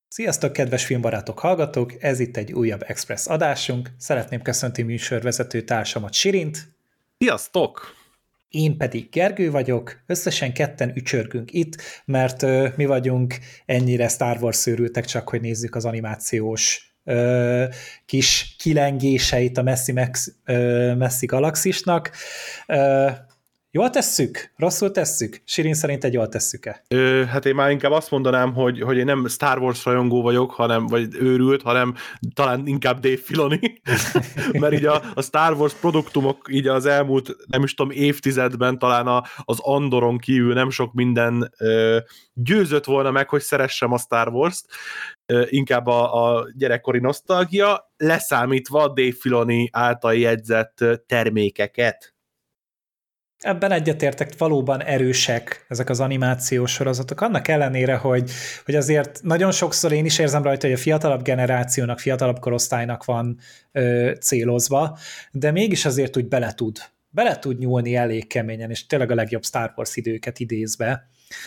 Sziasztok, kedves filmbarátok, hallgatók! Ez itt egy újabb Express adásunk. Szeretném köszönteni műsorvezető társamat, Sirint. Sziasztok! Én pedig Gergő vagyok. Összesen ketten ücsörgünk itt, mert mi vagyunk ennyire Star Wars szőrültek, csak hogy nézzük az animációs kis kilengéseit a messzi galaxisnak. Jól tesszük? Rosszul tesszük? Sirin szerint egy jól tesszük-e? Hát én már inkább azt mondanám, hogy én nem Star Wars rajongó vagyok, vagy őrült, hanem talán inkább Dave Filoni, mert így a Star Wars produktumok így az elmúlt, nem is tudom, évtizedben talán az Andoron kívül nem sok minden győzött volna meg, hogy szeressem a Star Wars-t, inkább a gyerekkori nosztalgia, leszámítva a Dave Filoni által jegyzett termékeket. Ebben egyetértek, valóban erősek ezek az animációs sorozatok, annak ellenére, hogy azért nagyon sokszor én is érzem rajta, hogy a fiatalabb generációnak, fiatalabb korosztálynak van célozva, de mégis azért úgy bele tud nyúlni elég keményen, és tényleg a legjobb Star Wars időket idézve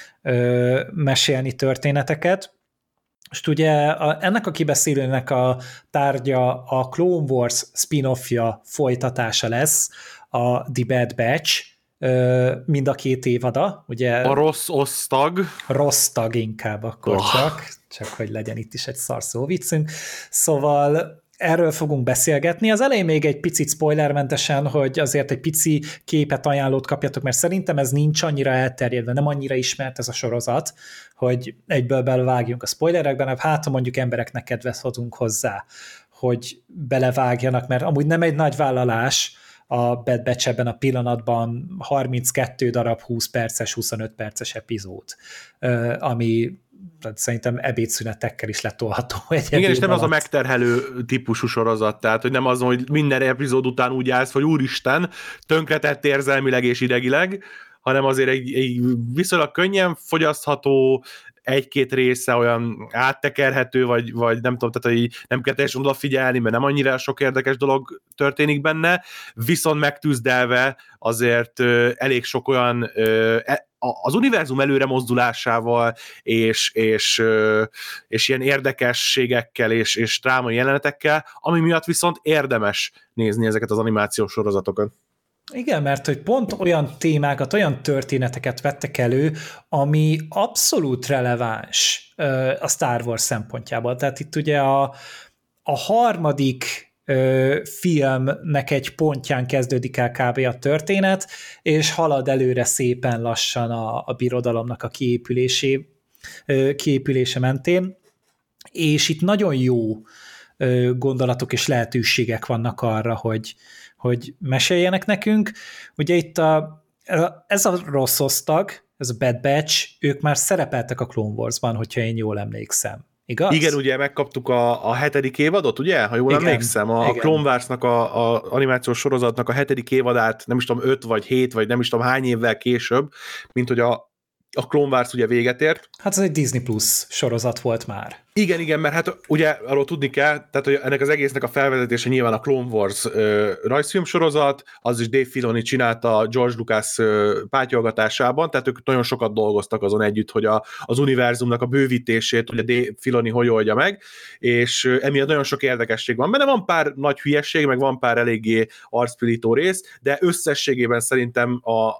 mesélni történeteket. Most ugye ennek a kibeszélőnek a tárgya a Clone Wars spin-offja folytatása lesz, a The Bad Batch, mind a két évada, ugye... A rossz osztag. Rossz tag inkább akkor csak hogy legyen itt is egy szarszó viccünk. Szóval erről fogunk beszélgetni. Az elején még egy picit spoilermentesen, hogy azért egy pici képet ajánlót kapjatok, mert szerintem ez nincs annyira elterjedve, nem annyira ismert ez a sorozat, hogy egyből belevágjunk a spoilerekben, hát ha mondjuk embereknek kedvet hozunk hozzá, hogy belevágjanak, mert amúgy nem egy nagy vállalás a Bad Batch ebben a pillanatban 32 darab 20 perces, 25 perces epizód, ami szerintem ebédszünetekkel is letolható. Igen, és nem az a megterhelő típusú sorozat, tehát hogy nem az, hogy minden epizód után úgy állsz, hogy úristen, tönkretett érzelmileg és idegileg, hanem azért egy viszonylag könnyen fogyasztható, egy-két része olyan áttekerhető, vagy nem tudom, tehát hogy nem kell teljesen odafigyelni, mert nem annyira sok érdekes dolog történik benne, viszont megtűzdelve azért elég sok olyan az univerzum előre mozdulásával és ilyen érdekességekkel és drámai jelenetekkel, ami miatt viszont érdemes nézni ezeket az animációs sorozatokat. Igen, mert hogy pont olyan témákat, olyan történeteket vettek elő, ami abszolút releváns a Star Wars szempontjából. Tehát itt ugye a harmadik filmnek egy pontján kezdődik el kb. A történet, és halad előre szépen lassan a birodalomnak a kiépülése mentén, és itt nagyon jó gondolatok és lehetőségek vannak arra, hogy meséljenek nekünk. Ugye itt ez a rossz osztag, ez a Bad Batch, ők már szerepeltek a Clone Wars-ban, hogyha én jól emlékszem. Igaz? Igen, ugye megkaptuk a 7. évadot, ugye? Ha jól emlékszem, a Clone Wars-nak a animációs sorozatnak a 7. évadát, nem is tudom, 5 vagy 7, vagy nem is tudom hány évvel később, mint hogy a Clone Wars ugye véget ért. Hát ez egy Disney Plus sorozat volt már. Igen, mert hát ugye arról tudni kell, tehát hogy ennek az egésznek a felvezetése nyilván a Clone Wars rajzfilm sorozat, az is Dave Filoni csinálta George Lucas pátyolgatásában, tehát ők nagyon sokat dolgoztak azon együtt, hogy az univerzumnak a bővítését ugye Dave Filoni hogy oldja meg, és emiatt nagyon sok érdekesség van. Benne van pár nagy hülyesség, meg van pár eléggé arcpirító rész, de összességében szerintem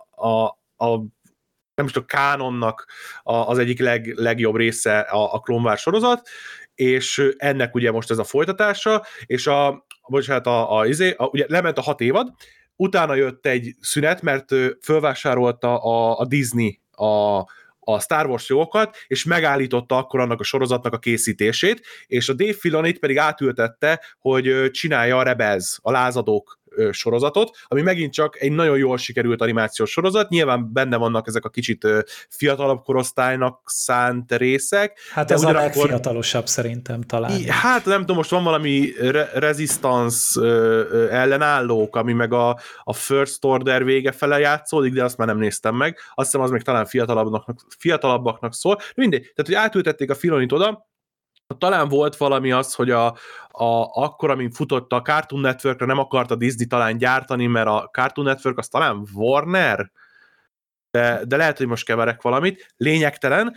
nem is a kánonnak az egyik legjobb része a Clone Wars sorozat, és ennek ugye most ez a folytatása, és ugye lement a 6 évad, utána jött egy szünet, mert fölvásárolta a Disney a Star Wars jogokat, és megállította akkor annak a sorozatnak a készítését, és a Dave Filonit pedig átültette, hogy csinálja a Rebels, a lázadók sorozatot, ami megint csak egy nagyon jól sikerült animációs sorozat, nyilván benne vannak ezek a kicsit fiatalabb korosztálynak szánt részek. Hát ez a legfiatalosabb szerintem talán. Hát nem tudom, most van valami Resistance ellenállók, ami meg a First Order vége fele játszódik, de azt már nem néztem meg. Azt hiszem, az még talán fiatalabbaknak szól. Mindegy, tehát hogy átültették a Filonit oda, talán volt valami az, hogy akkor, amin futott a Cartoon Networkre, nem akarta Disney talán gyártani, mert a Cartoon Network az talán Warner, de lehet, hogy most keverek valamit. Lényegtelen.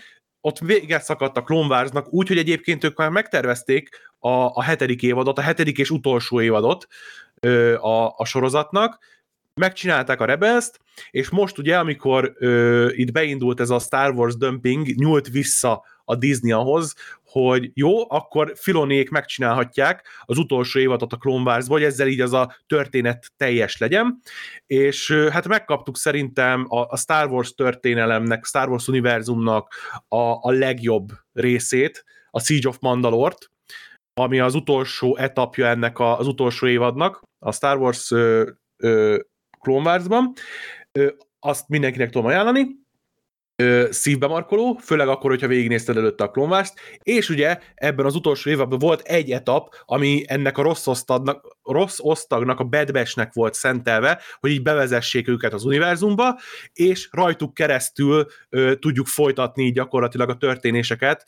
ott véget szakadt a Clone Warsnak, úgyhogy egyébként ők már megtervezték a 7. évadot, a 7. és utolsó évadot a sorozatnak, megcsinálták a Rebels-t, és most ugye, amikor itt beindult ez a Star Wars dumping, nyúlt vissza a Disney ahhoz, hogy jó, akkor Filonék megcsinálhatják az utolsó évadot a Clone Wars-ból, hogy ezzel így az a történet teljes legyen, és hát megkaptuk szerintem a Star Wars történelemnek, Star Wars univerzumnak a legjobb részét, a Siege of Mandalore-t, ami az utolsó etapja ennek az utolsó évadnak, a Star Wars Clone Wars-ban. Azt mindenkinek tudom ajánlani, szívbe markoló, főleg akkor, hogyha végignézted előtte a Clone Wars-t, és ugye ebben az utolsó évadban volt egy etap, ami ennek a rossz osztagnak, a Bad Batch-nek volt szentelve, hogy így bevezessék őket az univerzumba, és rajtuk keresztül tudjuk folytatni gyakorlatilag a történéseket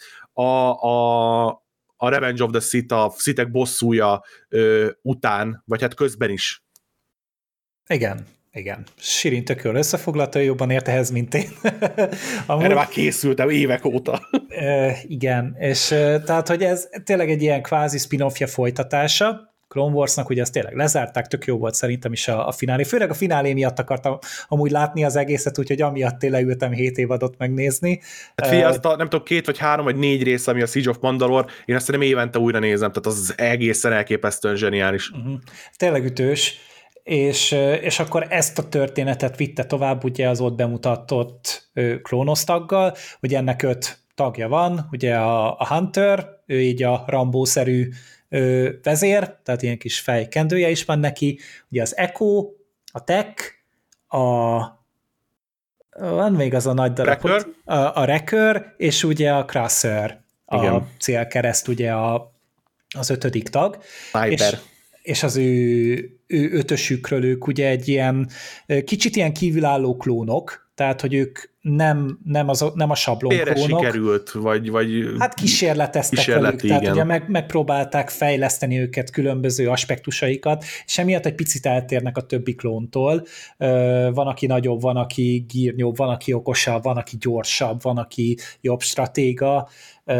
a Revenge of the Sith, a Sithek bosszúja után, vagy hát közben is. Igen. Sirin tök jól összefoglalta, jobban ért ehhez, mint én. Erre már készültem évek óta. Igen, és tehát, hogy ez tényleg egy ilyen kvázi spin-offja folytatása, Clone Warsnak, ugye azt tényleg lezárták, tök jó volt szerintem is a finálé. Főleg a finálé miatt akartam amúgy látni az egészet, úgyhogy amiatt tényleg ültem 7 évadot megnézni. Hát figyelj, azt nem tudom, 2 vagy 3 vagy 4 rész, ami a Siege of Mandalore, én azt nem évente újra nézem, tehát az egészen elképesztően zseniális. Tényleg ütős. És akkor ezt a történetet vitte tovább ugye az ott bemutatott klónosztaggal, ugye ennek 5 tagja van, ugye a Hunter, ő így a Rambo-szerű vezér, tehát ilyen kis fejkendője is van neki, ugye az Echo, a Tech, van még az a nagy darab, a Wrecker, és ugye a Crusher, a célkereszt, ugye az 5. tag. És az ő ötösükről ők ugye egy ilyen kicsit ilyen kívülálló klónok, tehát hogy ők nem a sablon klónok. Félre sikerült, vagy hát kísérleteztek velük, tehát ugye megpróbálták fejleszteni őket, különböző aspektusaikat, és emiatt egy picit eltérnek a többi klóntól. Van, aki nagyobb, van, aki gírnyóbb, van, aki okosabb, van, aki gyorsabb, van, aki jobb stratéga,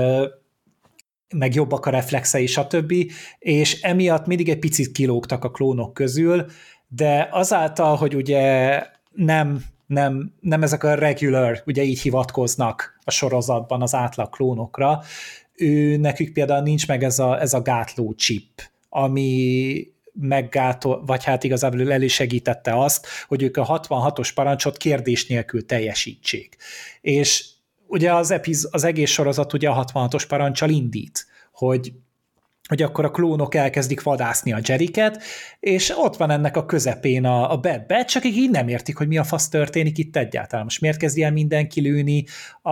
meg jobbak a reflexei, stb. És emiatt mindig egy picit kilógtak a klónok közül, de azáltal, hogy ugye nem ezek a regular, ugye így hivatkoznak a sorozatban az átlag klónokra, nekük például nincs meg ez a gátló chip, ami meggátol, vagy hát igazából elősegítette azt, hogy ők a 66-os parancsot kérdés nélkül teljesítsék. És ugye az egész sorozat ugye a 66-os parancsal indít, hogy akkor a klónok elkezdik vadászni a Jediket, és ott van ennek a közepén a Bad Batch, akik így nem értik, hogy mi a fasz történik itt egyáltalán. Most miért kezdi el mindenki lőni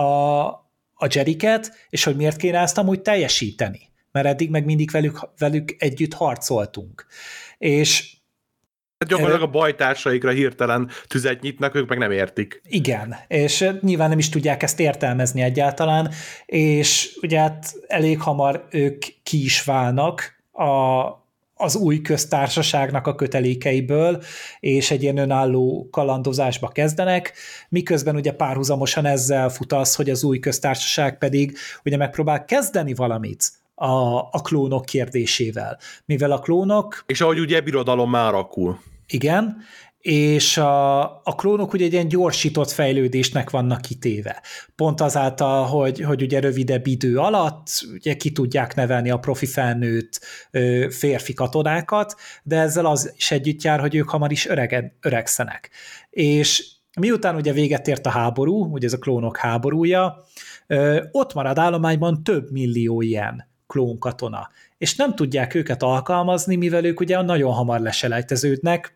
a Jediket, és hogy miért kéne ezt amúgy teljesíteni? Mert eddig meg mindig velük együtt harcoltunk. És hát gyakorlatilag a bajtársaikra hirtelen tüzet nyitnak, ők meg nem értik. Igen, és nyilván nem is tudják ezt értelmezni egyáltalán, és ugye hát elég hamar ők ki is válnak az új köztársaságnak a kötelékeiből, és egy ilyen önálló kalandozásba kezdenek, miközben ugye párhuzamosan ezzel fut az, hogy az új köztársaság pedig ugye megpróbál kezdeni valamit a klónok kérdésével. Mivel a klónok... És ahogy ugye birodalom már alakul. Igen, és a klónok ugye egy ilyen gyorsított fejlődésnek vannak kitéve. Pont azáltal, hogy ugye rövidebb idő alatt ugye ki tudják nevelni a profi felnőtt férfi katonákat, de ezzel az is együtt jár, hogy ők hamar is öregszenek. És miután ugye véget ért a háború, ugye ez a klónok háborúja, ott marad állományban több millió ilyen klónkatona, és nem tudják őket alkalmazni, mivel ők ugye nagyon hamar leselejteződnek,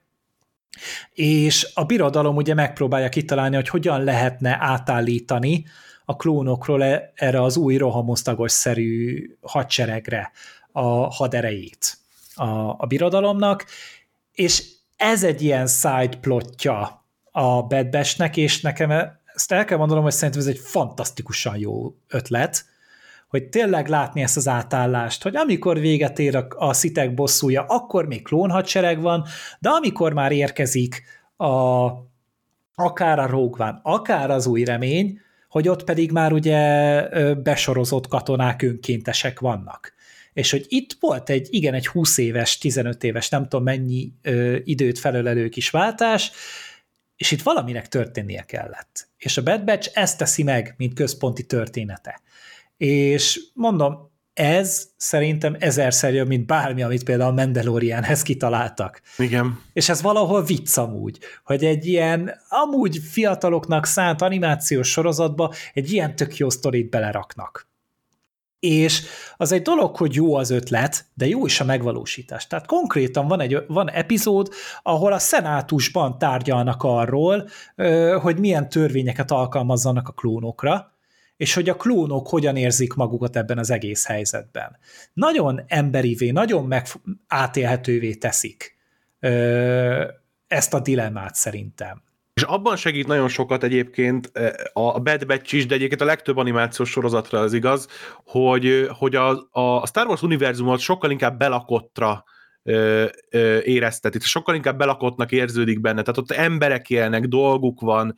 és a birodalom ugye megpróbálja kitalálni, hogy hogyan lehetne átállítani a klónokról erre az új rohamosztagos-szerű hadseregre a haderejét a birodalomnak, és ez egy ilyen side plotja a Bad Batch-nek, és nekem ezt el kell mondanom, hogy szerintem ez egy fantasztikusan jó ötlet, hogy tényleg látni ezt az átállást, hogy amikor véget ér a Sithek bosszúja, akkor még klónhadsereg van, de amikor már érkezik akár a Rogue One, akár az új remény, hogy ott pedig már ugye besorozott katonák önkéntesek vannak. És hogy itt volt egy 20 éves, 15 éves, nem tudom mennyi időt felölelő kis váltás, és itt valaminek történnie kellett. És a Bad Batch ezt teszi meg, mint központi története. És mondom, ez szerintem 1000-szer jobb, mint bármi, amit például a Mandalorianhez kitaláltak. Igen. És ez valahol vicc amúgy, hogy egy ilyen amúgy fiataloknak szánt animációs sorozatba egy ilyen tök jó sztorit beleraknak. És az egy dolog, hogy jó az ötlet, de jó is a megvalósítás. Tehát konkrétan van epizód, ahol a szenátusban tárgyalnak arról, hogy milyen törvényeket alkalmazzanak a klónokra, és hogy a klónok hogyan érzik magukat ebben az egész helyzetben. Nagyon emberivé, nagyon átélhetővé teszik ezt a dilemmát szerintem. És abban segít nagyon sokat egyébként a Bad Batch is, de egyébként a legtöbb animációs sorozatra az igaz, hogy a Star Wars univerzumot sokkal inkább belakottra érezteti, sokkal inkább belakottnak érződik benne, tehát ott emberek élnek, dolguk van,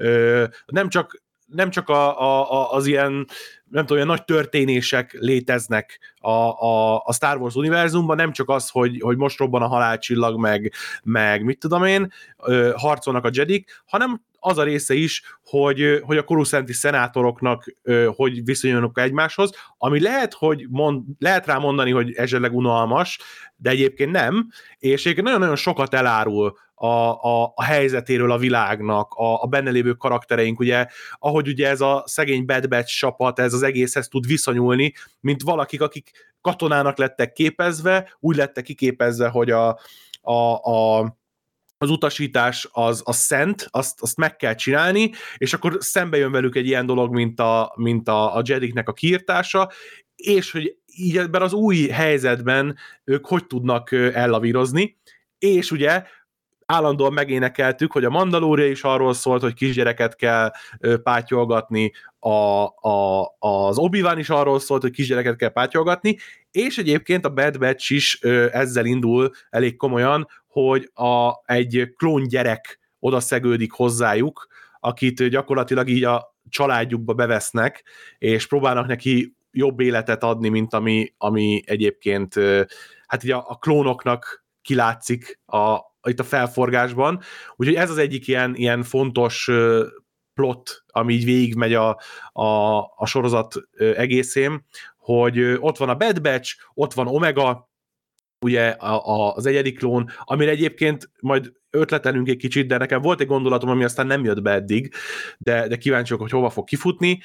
nem csak az ilyen, nem tudom, olyan nagy történések léteznek a Star Wars univerzumban, nem csak az, hogy most robban a halálcsillag, meg mit tudom én, harcolnak a Jedik, hanem az a része is, hogy a Coruscanti szenátoroknak hogy viszonyulnak egymáshoz, ami lehet rá mondani, hogy esetleg unalmas, de egyébként nem, és egyébként nagyon-nagyon sokat elárul a helyzetéről a világnak, a benne lévő karaktereink, ugye, ahogy ugye ez a szegény Bad Batch csapat, ez az egészhez tud viszonyulni, mint valakik, akik katonának lettek képezve, úgy lettek kiképezve, hogy az utasítás az szent, azt meg kell csinálni, és akkor szembe jön velük egy ilyen dolog, mint a Jediknek a kiirtása, és hogy így ebben az új helyzetben ők hogy tudnak ellavírozni, és ugye állandóan megénekeltük, hogy a Mandalória is arról szólt, hogy kisgyereket kell pátyolgatni, az Obi-Wan is arról szólt, hogy kisgyereket kell pátyolgatni, és egyébként a Bad Batch is ezzel indul elég komolyan, hogy egy klóngyerek oda szegődik hozzájuk, akit gyakorlatilag így a családjukba bevesznek, és próbálnak neki jobb életet adni, mint ami egyébként hát így a klónoknak kilátszik itt a felforgásban. Úgyhogy ez az egyik ilyen fontos plot, ami így végigmegy a sorozat egészén, hogy ott van a Bad Batch, ott van Omega, ugye az egyedik klón, amire egyébként majd ötletelünk egy kicsit, de nekem volt egy gondolatom, ami aztán nem jött be eddig, de kíváncsiak, hogy hova fog kifutni.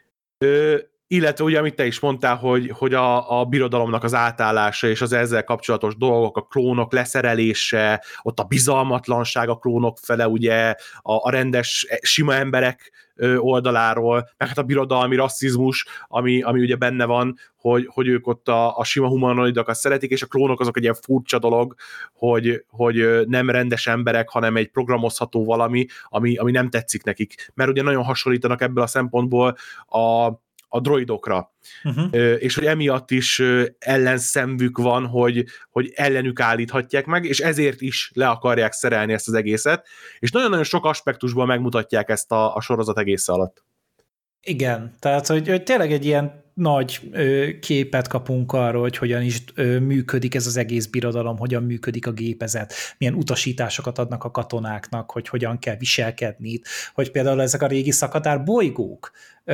Illetve ugye, amit te is mondtál, hogy a birodalomnak az átállása és az ezzel kapcsolatos dolgok, a klónok leszerelése, ott a bizalmatlanság a klónok fele, ugye a rendes, sima emberek oldaláról, meg hát a birodalmi rasszizmus, ami ugye benne van, hogy ők ott a sima humanoidokat szeretik, és a klónok azok egy ilyen furcsa dolog, hogy nem rendes emberek, hanem egy programozható valami, ami nem tetszik nekik. Mert ugye nagyon hasonlítanak ebből a szempontból a droidokra. És hogy emiatt is ellenszemvük van, hogy ellenük állíthatják meg, és ezért is le akarják szerelni ezt az egészet, és nagyon-nagyon sok aspektusban megmutatják ezt a sorozat egész alatt. Igen, tehát hogy tényleg egy ilyen nagy képet kapunk arról, hogy hogyan is működik ez az egész birodalom, hogyan működik a gépezet, milyen utasításokat adnak a katonáknak, hogy hogyan kell viselkedni, hogy például ezek a régi szakadár bolygók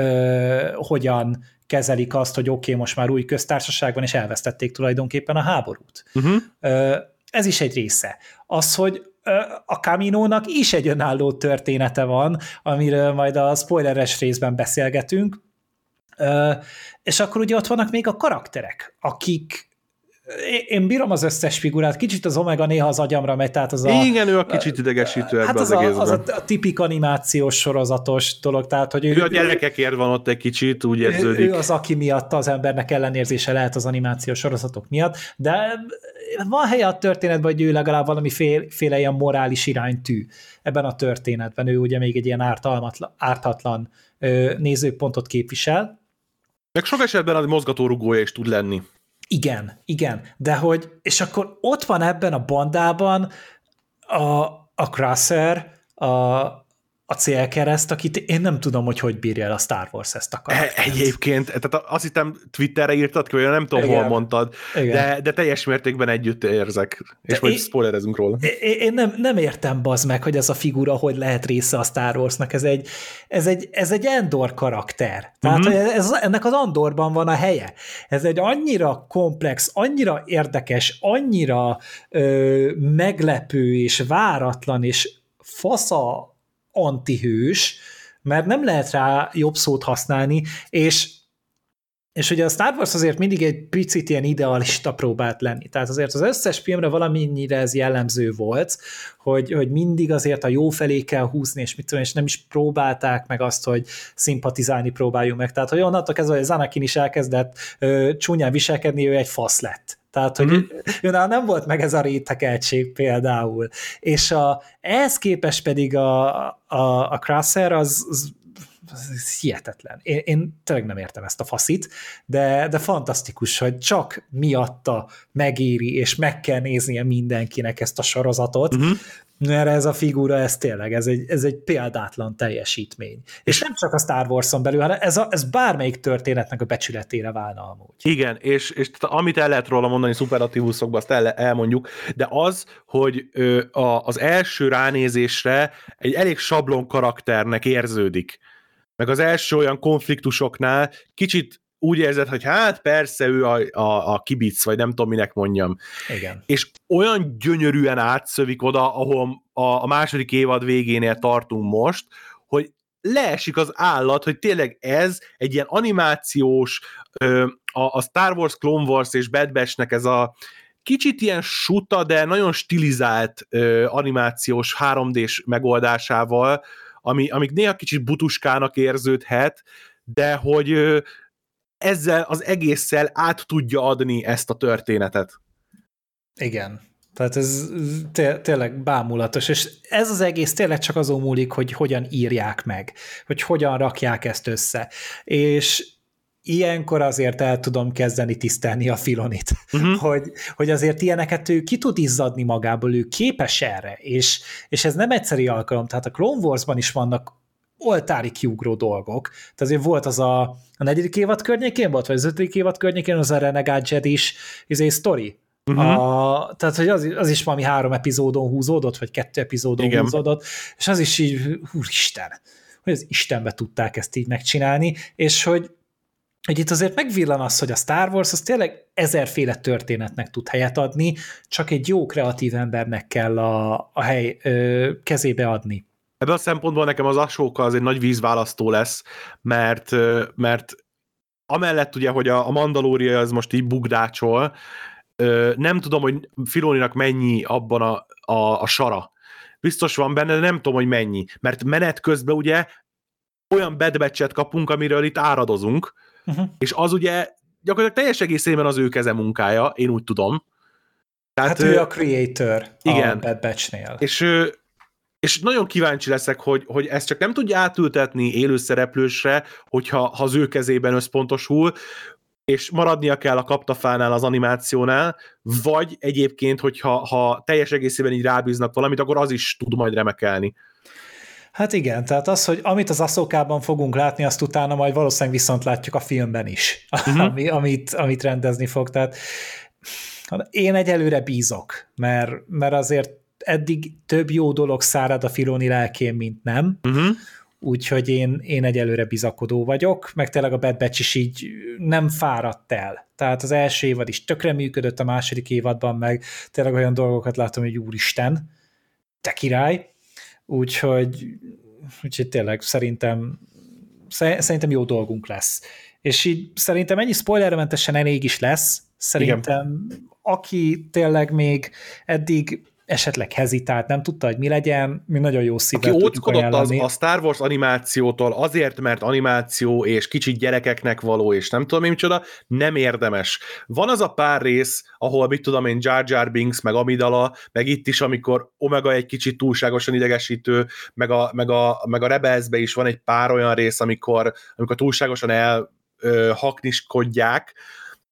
hogyan kezelik azt, hogy oké, most már új köztársaság van, és elvesztették tulajdonképpen a háborút. Ez is egy része. Az, hogy a Kamínónak is egy önálló története van, amiről majd a spoileres részben beszélgetünk, és akkor ugye ott vannak még a karakterek, akik én bírom az összes figurát, kicsit az Omega néha az agyamra megy, tehát az igen, ő a kicsit idegesítő ebben az egészben. Az a tipik animációs sorozatos dolog, tehát hogy ő a gyerekekért van ott egy kicsit, úgy érződik. Ő az, aki miatt az embernek ellenérzése lehet az animációs sorozatok miatt, de van helye a történetben, hogy ő legalább valamiféle ilyen morális iránytű ebben a történetben. Ő ugye még egy ilyen ártatlan nézőpontot képvisel. Meg sok esetben az mozgatórugója is tud lenni. Igen, de hogy, és akkor ott van ebben a bandában a Crusher, a célkereszt, akit én nem tudom, hogy bírja el a Star Wars ezt a karaktert. Egyébként, tehát azt hittem Twitterre írtad ki, vagy nem tudom, Igen. hol mondtad, Igen. de teljes mértékben együtt érzek, és majd spoilerezünk róla. Én nem értem, bazd meg, hogy ez a figura hogy lehet része a Star Warsnak. Ez egy Andor karakter. Tehát ennek az Andorban van a helye. Ez egy annyira komplex, annyira érdekes, annyira meglepő és váratlan és fasza antihős, mert nem lehet rá jobb szót használni, és ugye a Star Wars azért mindig egy picit ilyen idealista próbált lenni. Tehát azért az összes filmre valamennyire ez jellemző volt, hogy mindig azért a jó felé kell húzni, és mit tudom, és nem is próbálták meg azt, hogy szimpatizálni próbáljuk meg. Tehát, hogy onnantól kezdve, hogy az Anakin is elkezdett csúnyán viselkedni, ő egy fasz lett. Tehát, hogy őnál nem volt meg ez a rétegeltség például. És ehhez képest pedig a Crusher az hihetetlen. Én tényleg nem értem ezt a faszit, de fantasztikus, hogy csak miatta megéri, és meg kell néznie mindenkinek ezt a sorozatot, mert ez a figura, ez tényleg, ez egy példátlan teljesítmény. És nem csak a Star Wars-on belül, hanem ez bármelyik történetnek a becsületére válna amúgy. Igen, és amit el lehet róla mondani szuperlatívuszokban, azt elmondjuk, de az, hogy az első ránézésre egy elég sablon karakternek érződik. Meg az első olyan konfliktusoknál kicsit úgy érzed, hogy hát persze ő a kibic, vagy nem tudom, minek mondjam. Igen. És olyan gyönyörűen átszövik oda, ahol a második évad végénél tartunk most, hogy leesik az állat, hogy tényleg ez egy ilyen animációs, a Star Wars, Clone Wars és Bad Batch-nek ez a kicsit ilyen suta, de nagyon stilizált animációs 3D-s megoldásával, amik néha kicsit butuskának érződhet, de hogy ezzel az egésszel át tudja adni ezt a történetet. Igen. Tehát ez tényleg bámulatos, és ez az egész tényleg csak azon múlik, hogy hogyan írják meg, hogy hogyan rakják ezt össze. És ilyenkor azért el tudom kezdeni tisztelni a Filonit, hogy azért ilyeneket ő ki tud izzadni magából, ő képes erre, és ez nem egyszerű alkalom, tehát a Clone Wars-ban is vannak oltári kiugró dolgok. Tehát azért volt az a 4. évad környékén volt, vagy az 5. évad környékén az a Renegade Jedi-s sztori. Tehát, hogy az is valami 3 epizódon húzódott, vagy 2 epizódon húzódott, és az is így, úristen, hogy az Istenbe tudták ezt így megcsinálni, és hogy itt azért megvillan az, hogy a Star Wars az tényleg 1000-féle történetnek tud helyet adni, csak egy jó kreatív embernek kell a hely kezébe adni. Ebből a szempontból nekem az Ahsoka az egy nagy vízválasztó lesz, mert amellett ugye, hogy a Mandalória az most így bugdácsol, nem tudom, hogy Filoninak mennyi abban a sara. Biztos van benne, de nem tudom, hogy mennyi. Mert menet közben ugye olyan Bad Batch-et kapunk, amiről itt áradozunk, és az ugye gyakorlatilag teljes egészében az ő keze munkája, én úgy tudom. Tehát, hát ő a creator igen, a Bad Batch-nél. És nagyon kíváncsi leszek, hogy ezt csak nem tudja átültetni élőszereplősre, hogyha az ő kezében összpontosul, és maradnia kell a kaptafánál, az animációnál, vagy egyébként, hogyha teljes egészében így rábíznak valamit, akkor az is tud majd remekelni. Hát igen, tehát az, hogy amit az Ahsokában fogunk látni, azt utána majd valószínűleg viszont látjuk a filmben is, amit rendezni fog. Tehát én egyelőre bízok, mert azért eddig több jó dolog szárad a Filoni lelkén, mint nem, úgyhogy én egyelőre bizakodó vagyok, meg tényleg a Bad Batch is így nem fáradt el. Tehát az első évad is tökre működött, a második évadban meg tényleg olyan dolgokat látom, hogy úristen, te király, úgyhogy tényleg szerintem jó dolgunk lesz. És így szerintem ennyi spoilermentesen elég is lesz. Szerintem aki tényleg még eddig esetleg hezitált, nem tudta, hogy mi legyen, mi nagyon jó szívvel tudjuk ajánlani. A Star Wars animációtól azért, mert animáció és kicsit gyerekeknek való, és nem tudom én micsoda, nem érdemes. Van az a pár rész, ahol mit tudom én, Jar Jar Binks, meg Amidala, meg itt is, amikor Omega egy kicsit túlságosan idegesítő, meg a Rebelsbe is van egy pár olyan rész, amikor túlságosan elhakniskodják,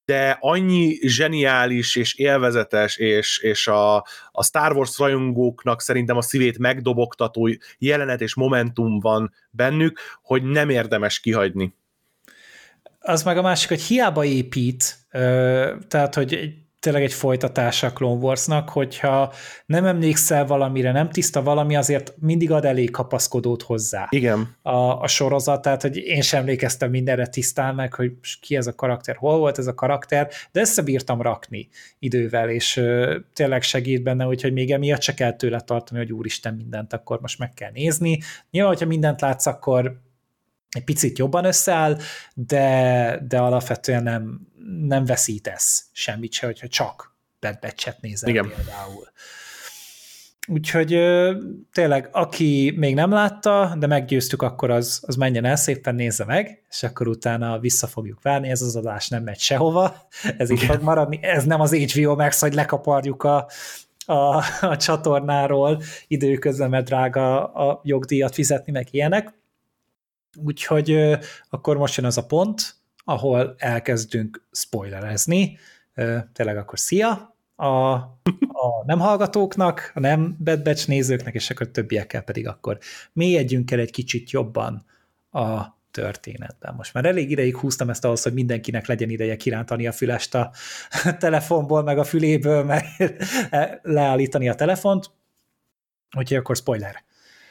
de annyi zseniális és élvezetes, és a Star Wars rajongóknak szerintem a szívét megdobogtató jelenet és momentum van bennük, hogy nem érdemes kihagyni. Az meg a másik, hogy hiába épít, tehát, hogy tényleg egy folytatása a Clone Warsnak, hogyha nem emlékszel valamire, nem tiszta valami, azért mindig ad elég kapaszkodót hozzá. Igen. A sorozat, tehát, hogy én sem emlékeztem mindenre tisztán meg, hogy ki ez a karakter, hol volt ez a karakter, de összebírtam rakni idővel, és tényleg segít benne, úgyhogy még emiatt se kell tőle tartani, hogy úristen, mindent akkor most meg kell nézni. Nyilván, hogyha mindent látsz, akkor egy picit jobban összeáll, de alapvetően nem veszítesz semmit se, hogyha csak Bad Batch-et nézel. Igen. Például. Úgyhogy tényleg, aki még nem látta, de meggyőztük, akkor az menjen el, szépen nézze meg, és akkor utána vissza fogjuk várni, ez az adás nem megy sehova, ez így fog maradni, ez nem az HBO Max, hogy lekaparjuk a csatornáról időközben, mert drága a jogdíjat fizetni, meg ilyenek. Úgyhogy akkor most jön az a pont, ahol elkezdünk spoilerezni. Tényleg akkor szia a nem hallgatóknak, a nem Bad Batch nézőknek, és akkor többiekkel pedig akkor mélyedjünk el egy kicsit jobban a történetben. Most már elég ideig húztam ezt ahhoz, hogy mindenkinek legyen ideje kirántani a fülest a telefonból, meg a füléből, meg leállítani a telefont. Úgyhogy akkor spoiler.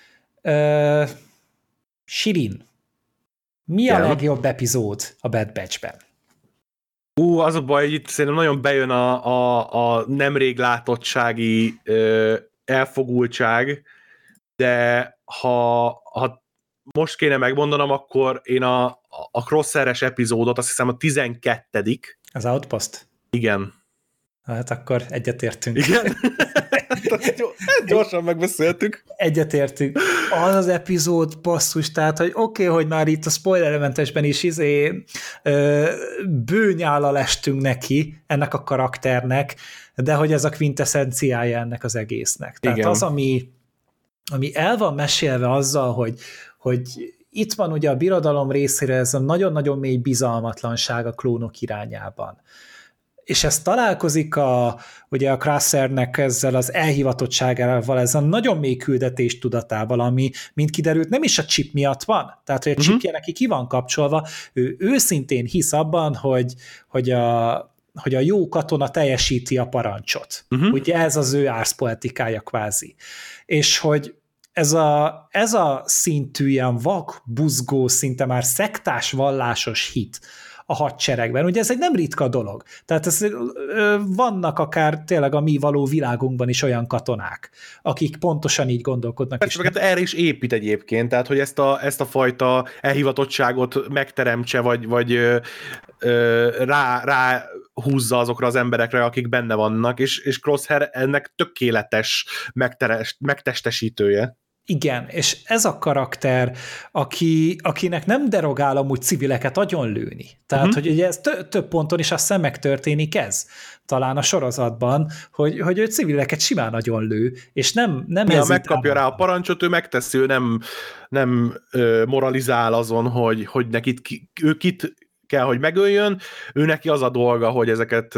Sirin, mi a legjobb epizód a Bad Batch-ben? Az a baj, hogy itt szerintem nagyon bejön a nemrég látottsági elfogultság, de ha most kéne megmondanom, akkor én a Crosshair-es epizódot, azt hiszem a 12. Az Outpost? Igen. Hát akkor egyetértünk. Igen? Gyorsan megbeszéltük. Egyetértünk. Az epizód basszus, tehát, hogy oké, hogy már itt a spoilermentesben is bőnyállal estünk neki, ennek a karakternek, de hogy ez a quintessenciája ennek az egésznek. Tehát igen. Az, ami el van mesélve azzal, hogy itt van ugye a birodalom részére ez a nagyon-nagyon mély bizalmatlanság a klónok irányában. És ez találkozik ugye a Crushernek ezzel az elhivatottságával, ezzel a nagyon mély küldetés tudatával, ami, mint kiderült, nem is a chip miatt van. Tehát, hogy a chipje neki ki van kapcsolva, ő őszintén hisz abban, hogy a jó katona teljesíti a parancsot. Ugye ez az ő árszpoetikája kvázi. És hogy ez a szintű ilyen vak, buzgó, szinte már szektás vallásos hit a hadseregben. Ugye ez egy nem ritka dolog. Tehát vannak akár tényleg a mi való világunkban is olyan katonák, akik pontosan így gondolkodnak. Persze, meg erre is épít egyébként, tehát hogy ezt a fajta elhivatottságot megteremtse, vagy rá húzza azokra az emberekre, akik benne vannak, és Crosshair ennek tökéletes megtestesítője. Igen, és ez a karakter, akinek nem derogál amúgy civileket agyonlőni. Tehát, hogy ugye ez több ponton is azt hiszem megtörténik ez. Talán a sorozatban, hogy ő civileket simán agyonlő, és nem ez megkapja rá a parancsot, ő megteszi, ő nem moralizál azon, hogy ő kit kell, hogy megöljön, ő neki az a dolga, hogy ezeket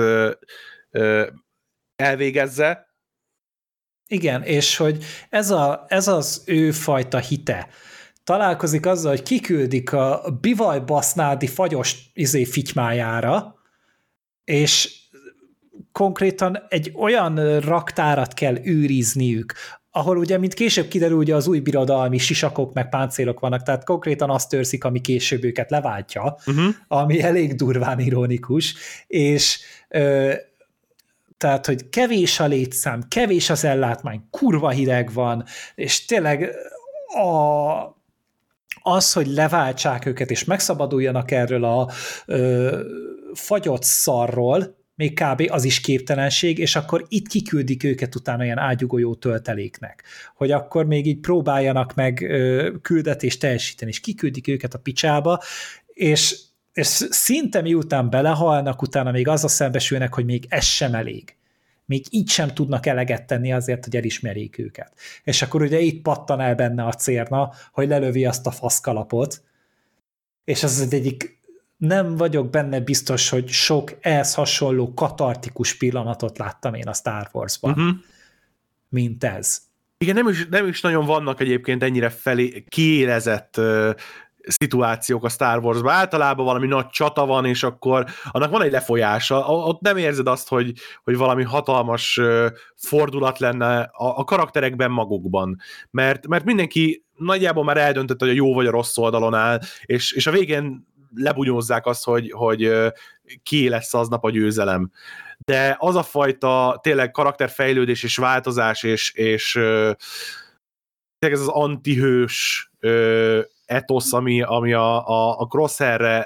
elvégezze. Igen, és hogy ez az ő fajta hite találkozik azzal, hogy kiküldik a bivaj basznádi fagyos fitymájára, és konkrétan egy olyan raktárat kell őrizniük, ahol ugye, mint később kiderül, ugye az új birodalmi sisakok meg páncélok vannak, tehát konkrétan azt őrzik, ami később őket leváltja, ami elég durván ironikus, és tehát, hogy kevés a létszám, kevés az ellátmány, kurva hideg van, és tényleg az, hogy leváltsák őket, és megszabaduljanak erről a fagyott szarról, még kb. Az is képtelenség, és akkor itt kiküldik őket utána ilyen ágyugolyó tölteléknek, hogy akkor még így próbáljanak meg küldetést teljesíteni, és kiküldik őket a picsába, és szinte miután belehalnak, utána még azzal szembesülnek, hogy még ez sem elég. Még így sem tudnak eleget tenni azért, hogy elismerjék őket. És akkor ugye itt pattan el benne a cérna, hogy lelövi azt a faszkalapot, és az egyik nem vagyok benne biztos, hogy sok ehhez hasonló katartikus pillanatot láttam én a Star Wars-ban, mint ez. Igen, nem is nagyon vannak egyébként ennyire kiélezett szituációk a Star Wars-ban. Általában valami nagy csata van, és akkor annak van egy lefolyása. Ott nem érzed azt, hogy valami hatalmas fordulat lenne a karakterekben magukban. Mert mindenki nagyjából már eldöntött, hogy a jó vagy a rossz oldalon áll, és a végén lebunyózzák azt, hogy ki lesz aznap a győzelem. De az a fajta tényleg karakterfejlődés és változás, és ez az antihős etosz, ami a Crosshairre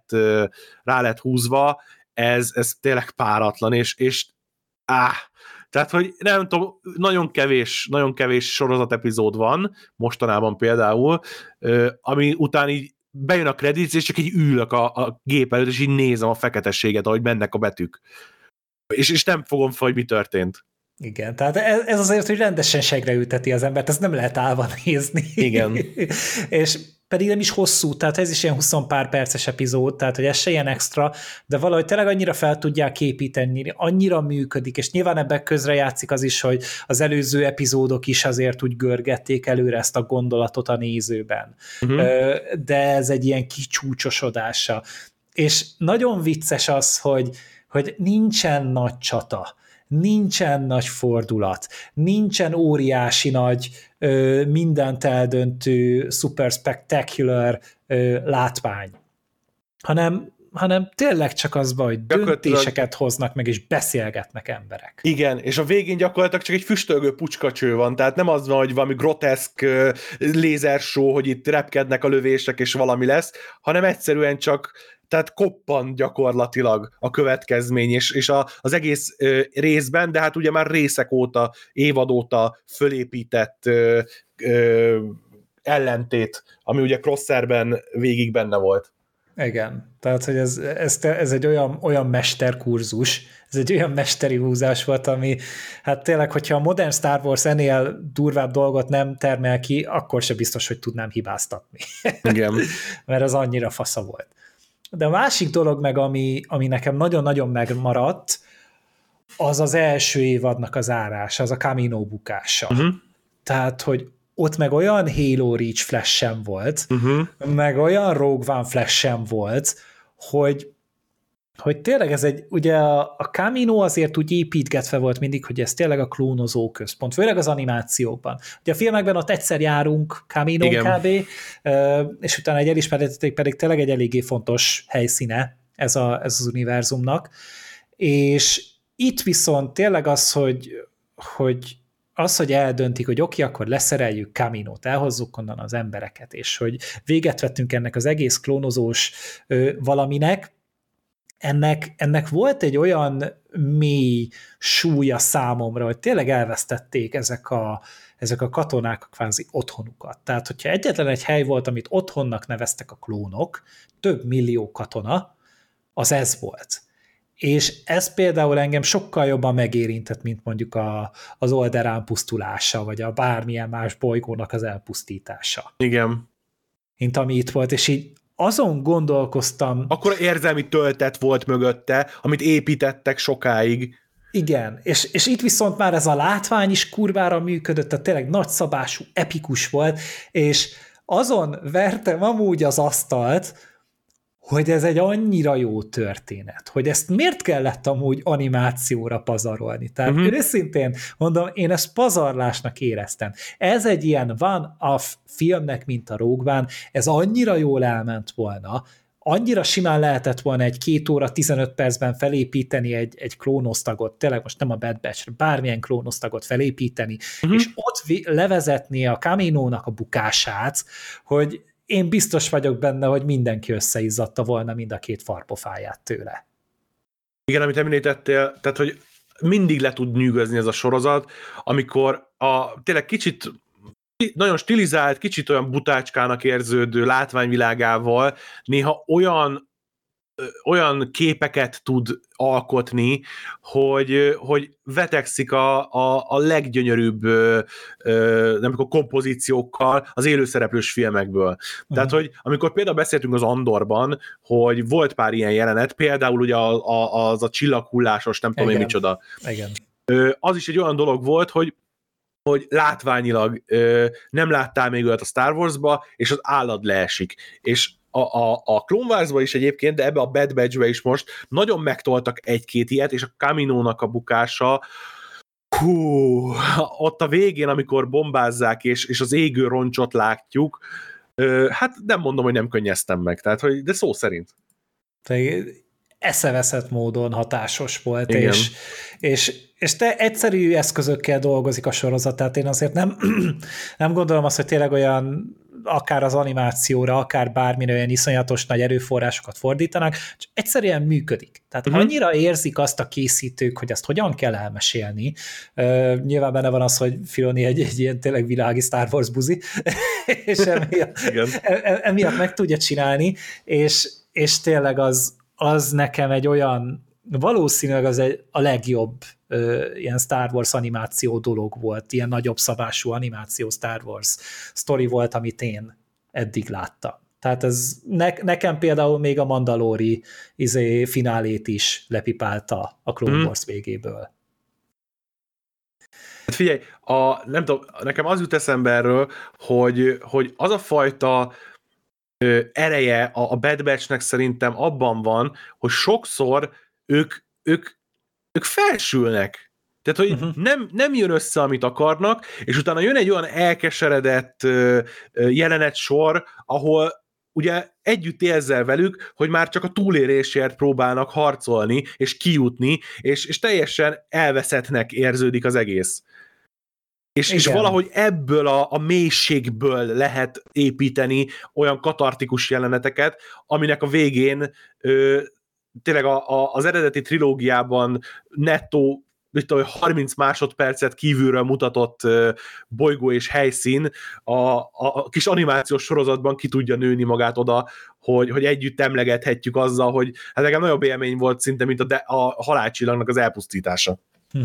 rá lett húzva, ez tényleg páratlan, és tehát, hogy nem tudom, nagyon kevés sorozat epizód van, mostanában például, ami után így bejön a credits, és csak így ülök a gép előtt, és így nézem a feketességet, ahogy mennek a betűk. És nem fogom fel, hogy mi történt. Igen, tehát ez azért, hogy rendesen segre ülteti az embert, ezt nem lehet állva nézni. Igen. És pedig nem is hosszú, tehát ez is ilyen 20 pár perces epizód, tehát hogy ez se ilyen extra, de valahogy tényleg annyira fel tudják építeni, annyira működik, és nyilván ebben közre játszik az is, hogy az előző epizódok is azért úgy görgették előre ezt a gondolatot a nézőben. De ez egy ilyen kicsúcsosodása. És nagyon vicces az, hogy nincsen nagy csata, nincsen nagy fordulat, nincsen óriási nagy, mindent eldöntő, super spectacular látvány, hanem tényleg csak az van, hogy döntéseket hoznak meg, és beszélgetnek emberek. Igen, és a végén gyakorlatilag csak egy füstölgő pucskacső van, tehát nem az van, hogy valami groteszk lézershow, hogy itt repkednek a lövések, és valami lesz, hanem egyszerűen csak tehát koppan gyakorlatilag a következmény, és az egész részben, de hát ugye már részek óta, évad óta fölépített ellentét, ami ugye Crosshairben végig benne volt. Igen, tehát hogy ez egy olyan mesterkurzus, ez egy olyan mesteri húzás volt, ami hát tényleg, hogyha a modern Star Wars ennél durvább dolgot nem termel ki, akkor se biztos, hogy tudnám hibáztatni. Igen. Mert az annyira fasza volt. De a másik dolog meg, ami nekem nagyon-nagyon megmaradt, az az első évadnak az árása, az a Kamino bukása. Tehát, hogy ott meg olyan Halo Reach flash sem volt, meg olyan Rogue One flash sem volt, hogy tényleg ez ugye a Kamino azért úgy építgetve volt mindig, hogy ez tényleg a klónozó központ, főleg az animációkban. Ugye a filmekben ott egyszer járunk Kamino kb., és utána egy elismerteték pedig tényleg egy eléggé fontos helyszíne ez az univerzumnak, és itt viszont tényleg az, hogy eldöntik, hogy oké, akkor leszereljük Kaminót, elhozzuk onnan az embereket, és hogy véget vettünk ennek az egész klónozós valaminek, ennek volt egy olyan mély súlya számomra, hogy tényleg elvesztették ezek a katonák kvázi otthonukat. Tehát, hogyha egyetlen egy hely volt, amit otthonnak neveztek a klónok, több millió katona, az ez volt. És ez például engem sokkal jobban megérintett, mint mondjuk az Alderaan pusztulása, vagy a bármilyen más bolygónak az elpusztítása. Igen. Mint ami itt volt, és így azon gondolkoztam... Akkor érzelmi töltet volt mögötte, amit építettek sokáig. Igen, és itt viszont már ez a látvány is kurvára működött, tehát tényleg nagyszabású, epikus volt, és azon vertem amúgy az asztalt, hogy ez egy annyira jó történet, hogy ezt miért kellett amúgy animációra pazarolni. Tehát őszintén mondom, én ezt pazarlásnak éreztem. Ez egy ilyen one-off filmnek, mint a Rogue One, ez annyira jól elment volna, annyira simán lehetett volna egy 2 óra 15 percben felépíteni egy klónosztagot, tényleg most nem a Bad Batch, bármilyen klónosztagot felépíteni, és ott levezetni a Kaminónak a bukását, hogy én biztos vagyok benne, hogy mindenki összeizzadta volna mind a 2 farpofáját tőle. Igen, amit említettél, tehát, hogy mindig le tud nyűgözni ez a sorozat, amikor tényleg kicsit nagyon stilizált, kicsit olyan butácskának érződő látványvilágával néha olyan olyan képeket tud alkotni, hogy vetekszik a leggyönyörűbb nem a kompozíciókkal az élőszereplős filmekből. Tehát, hogy amikor például beszéltünk az Andorban, hogy volt pár ilyen jelenet, például ugye az a csillaghullásos, nem tudom én micsoda. Igen. Az is egy olyan dolog volt, hogy látványilag nem láttál még olyat a Star Wars-ba, és az állad leesik. És a Clone Wars-ba is egyébként, de ebbe a Bad Batch-be is most nagyon megtoltak egy-két ilyet, és a Kamino-nak a bukása, ott a végén, amikor bombázzák, és az égő roncsot látjuk, hát nem mondom, hogy nem könnyeztem meg, tehát, de szó szerint. Eszeveszett módon hatásos volt, és te egyszerű eszközökkel dolgozik a sorozat, tehát én azért nem gondolom azt, hogy tényleg olyan akár az animációra, akár bármire olyan iszonyatos nagy erőforrásokat fordítanak, csak egyszerűen működik. Tehát annyira érzik azt a készítők, hogy ezt hogyan kell elmesélni. Nyilván benne van az, hogy Filoni egy ilyen tényleg világi Star Wars buzi, és emiatt meg tudja csinálni, és tényleg az nekem egy olyan, valószínűleg a legjobb ilyen Star Wars animáció dolog volt, ilyen nagyobb szabású animáció Star Wars sztori volt, amit én eddig láttam. Tehát ez nekem például még a Mandalori finálét is lepipálta a Clone Wars végéből. Hát figyelj, nem tudom, nekem az jut eszembe erről, hogy az a fajta ereje a Bad Batch-nek szerintem abban van, hogy sokszor ők felsülnek. Tehát, hogy nem jön össze, amit akarnak, és utána jön egy olyan elkeseredett jelenet sor, ahol ugye együtt érzel velük, hogy már csak a túlélésért próbálnak harcolni, és kijutni, és teljesen elveszettnek érződik az egész. És valahogy ebből a mélységből lehet építeni olyan katartikus jeleneteket, aminek a végén tényleg az eredeti trilógiában nettó 30 másodpercet kívülről mutatott bolygó és helyszín a kis animációs sorozatban ki tudja nőni magát oda, hogy együtt emlegethetjük azzal, hogy hát nekem nagyobb élmény volt szinte, mint a halálcsillagnak az elpusztítása.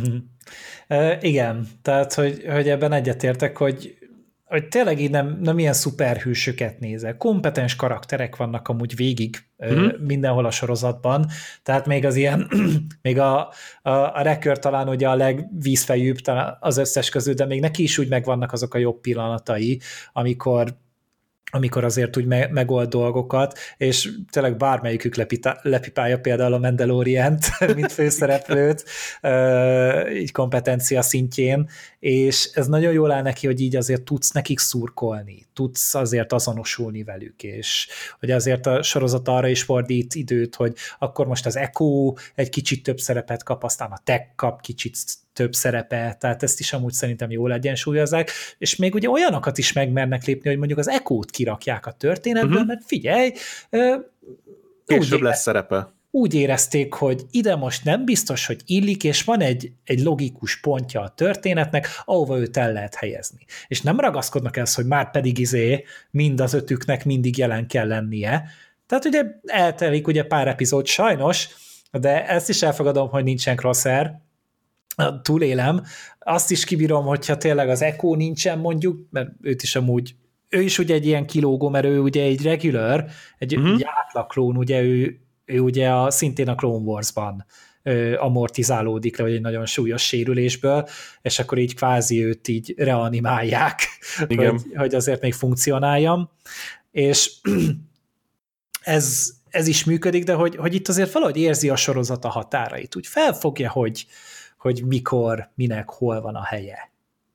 Igen, tehát hogy ebben egyetértek, hogy tényleg így nem ilyen szuperhősöket nézek. Kompetens karakterek vannak amúgy végig mindenhol a sorozatban, tehát még az ilyen, még a Wrecker talán ugye a legvízfejűbb talán az összes közül, de még neki is úgy megvannak azok a jobb pillanatai, amikor azért úgy megold dolgokat, és tényleg bármelyikük lepipálja például a Mandalorient, mint főszereplőt, így kompetencia szintjén, és ez nagyon jól áll neki, hogy így azért tudsz nekik szurkolni, tudsz azért azonosulni velük, és hogy azért a sorozat arra is fordít időt, hogy akkor most az Echo egy kicsit több szerepet kap, aztán a Tech kap kicsit több szerepe, tehát ezt is amúgy szerintem jól egyensúlyozzák, és még ugye olyanokat is megmernek lépni, hogy mondjuk az Echo-t kirakják a történetből, mert figyelj, később lesz szerepe. Úgy érezték, hogy ide most nem biztos, hogy illik, és van egy logikus pontja a történetnek, ahova őt el lehet helyezni. És nem ragaszkodnak ezt, hogy már pedig mind az ötüknek mindig jelen kell lennie. Tehát ugye eltelik ugye pár epizód sajnos, de ezt is elfogadom, hogy nincsen Crosshair, túlélem. Azt is kibírom, hogyha tényleg az Echo nincsen mondjuk, mert őt is amúgy, ő is ugye egy ilyen kilógó, mert ő ugye egy regular, egy átlag klón, ugye ő ugye szintén a Clone Wars-ban amortizálódik le, vagy egy nagyon súlyos sérülésből, és akkor így kvázi őt így reanimálják, hogy azért még funkcionáljon. És ez is működik, de hogy itt azért valahogy érzi a sorozat a határait, úgy felfogja, hogy mikor, minek, hol van a helye.